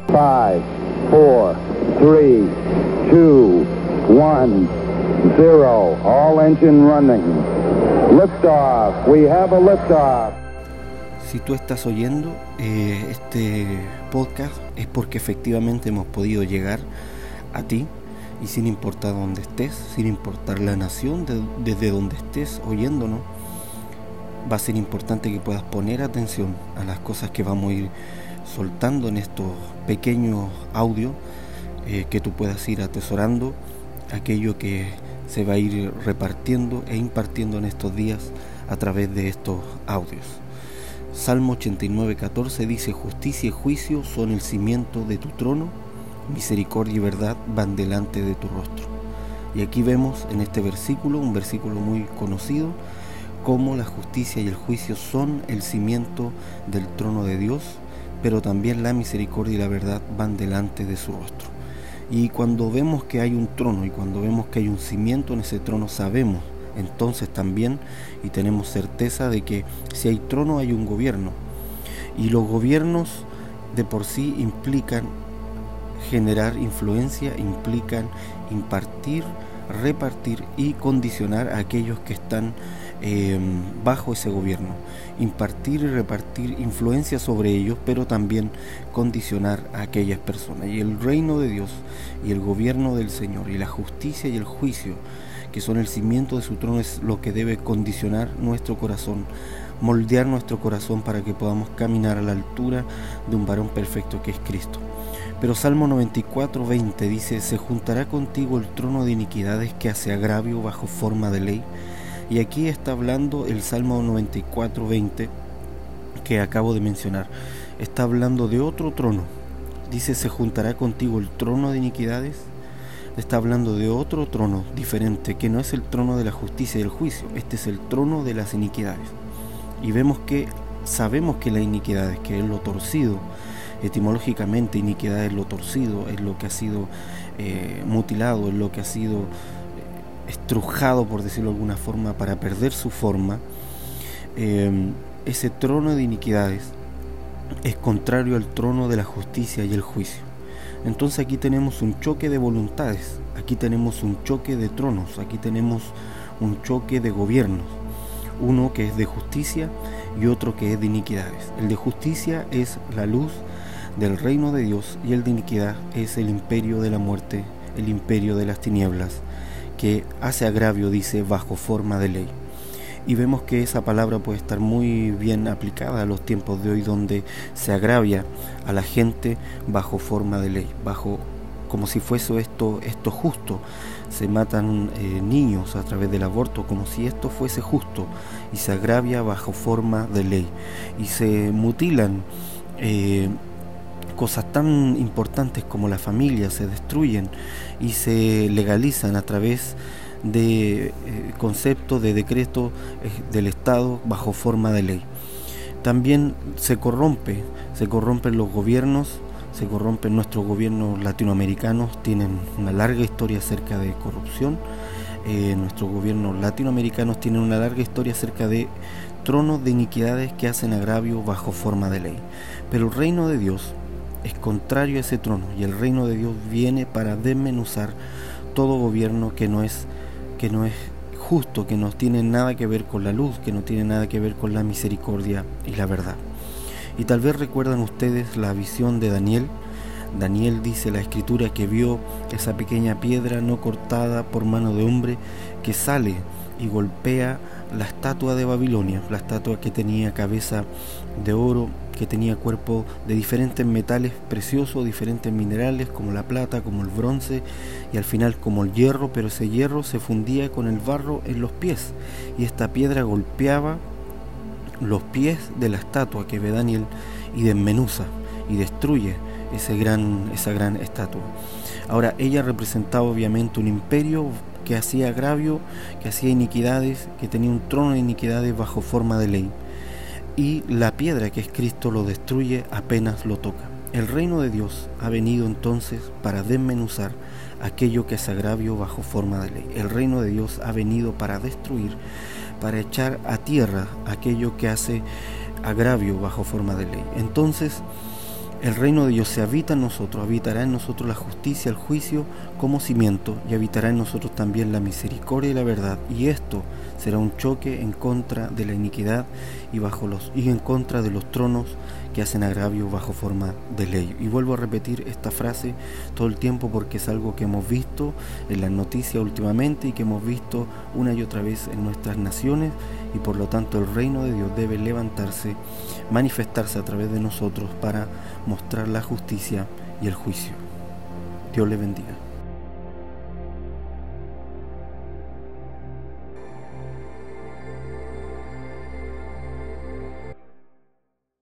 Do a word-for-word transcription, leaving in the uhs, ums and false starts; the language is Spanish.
Five, four, three, two, one, zero. All engine running. Liftoff. We have a liftoff. Si tú estás oyendo eh, este podcast es porque efectivamente hemos podido llegar a ti, y sin importar dónde estés, sin importar la nación de, desde donde estés oyéndonos, va a ser importante que puedas poner atención a las cosas que vamos a ir soltando en estos pequeños audios, eh, que tú puedas ir atesorando aquello que se va a ir repartiendo e impartiendo en estos días a través de estos audios. Salmo ochenta y nueve, catorce dice: justicia y juicio son el cimiento de tu trono, misericordia y verdad van delante de tu rostro. Y aquí vemos en este versículo, un versículo muy conocido, cómo la justicia y el juicio son el cimiento del trono de Dios, pero también la misericordia y la verdad van delante de su rostro. Y cuando vemos que hay un trono y cuando vemos que hay un cimiento en ese trono, sabemos entonces también y tenemos certeza de que si hay trono hay un gobierno, y los gobiernos de por sí implican generar influencia, implican impartir, repartir y condicionar a aquellos que están eh, bajo ese gobierno, impartir y repartir influencia sobre ellos, pero también condicionar a aquellas personas. Y el reino de Dios y el gobierno del Señor y la justicia y el juicio, que son el cimiento de su trono, es lo que debe condicionar nuestro corazón, moldear nuestro corazón para que podamos caminar a la altura de un varón perfecto que es Cristo. Pero Salmo noventa y cuatro, veinte dice: se juntará contigo el trono de iniquidades que hace agravio bajo forma de ley. Y aquí está hablando el Salmo noventa y cuatro, veinte que acabo de mencionar, está hablando de otro trono. Dice: se juntará contigo el trono de iniquidades. Está hablando de otro trono diferente, que no es el trono de la justicia y del juicio. Este es el trono de las iniquidades. Y vemos que, sabemos que la iniquidad es que es lo torcido. Etimológicamente, iniquidad es lo torcido, es lo que ha sido eh, mutilado, es lo que ha sido eh, estrujado, por decirlo de alguna forma, para perder su forma. Eh, ese trono de iniquidades es contrario al trono de la justicia y el juicio. Entonces aquí tenemos un choque de voluntades, aquí tenemos un choque de tronos, aquí tenemos un choque de gobiernos, uno que es de justicia y otro que es de iniquidades. El de justicia es la luz del reino de Dios y el de iniquidad es el imperio de la muerte, el imperio de las tinieblas, que hace agravio, dice, bajo forma de ley. Y vemos que esa palabra puede estar muy bien aplicada a los tiempos de hoy, donde se agravia a la gente bajo forma de ley, bajo como si fuese esto, esto justo. Se matan eh, niños a través del aborto como si esto fuese justo, y se agravia bajo forma de ley. Y se mutilan eh, cosas tan importantes como la familia, se destruyen y se legalizan a través de eh, concepto de decreto eh, del Estado bajo forma de ley. También se corrompe, se corrompen los gobiernos, se corrompen nuestros gobiernos latinoamericanos, tienen una larga historia acerca de corrupción. Eh, nuestros gobiernos latinoamericanos tienen una larga historia acerca de tronos de iniquidades que hacen agravio bajo forma de ley. Pero el reino de Dios es contrario a ese trono, y el reino de Dios viene para desmenuzar todo gobierno que no es que no es justo, que no tiene nada que ver con la luz, que no tiene nada que ver con la misericordia y la verdad. Y tal vez recuerdan ustedes la visión de Daniel. Daniel, dice la escritura, que vio esa pequeña piedra no cortada por mano de hombre que sale y golpea la estatua de Babilonia, la estatua que tenía cabeza de oro, que tenía cuerpo de diferentes metales preciosos, diferentes minerales como la plata, como el bronce y al final como el hierro, pero ese hierro se fundía con el barro en los pies, y esta piedra golpeaba los pies de la estatua que ve Daniel y desmenuza y destruye ese gran, esa gran estatua. Ahora, ella representaba obviamente un imperio que hacía agravio, que hacía iniquidades, que tenía un trono de iniquidades bajo forma de ley. Y la piedra, que es Cristo, lo destruye apenas lo toca. El reino de Dios ha venido entonces para desmenuzar aquello que es agravio bajo forma de ley. El reino de Dios ha venido para destruir, para echar a tierra aquello que hace agravio bajo forma de ley. Entonces, El reino de Dios se habita en nosotros, habitará en nosotros la justicia, el juicio como cimiento, y habitará en nosotros también la misericordia y la verdad, y esto será un choque en contra de la iniquidad y bajo los y en contra de los tronos que hacen agravio bajo forma de ley. Y vuelvo a repetir esta frase todo el tiempo porque es algo que hemos visto en las noticias últimamente y que hemos visto una y otra vez en nuestras naciones, y por lo tanto el reino de Dios debe levantarse, manifestarse a través de nosotros para mostrar la justicia y el juicio. Dios le bendiga.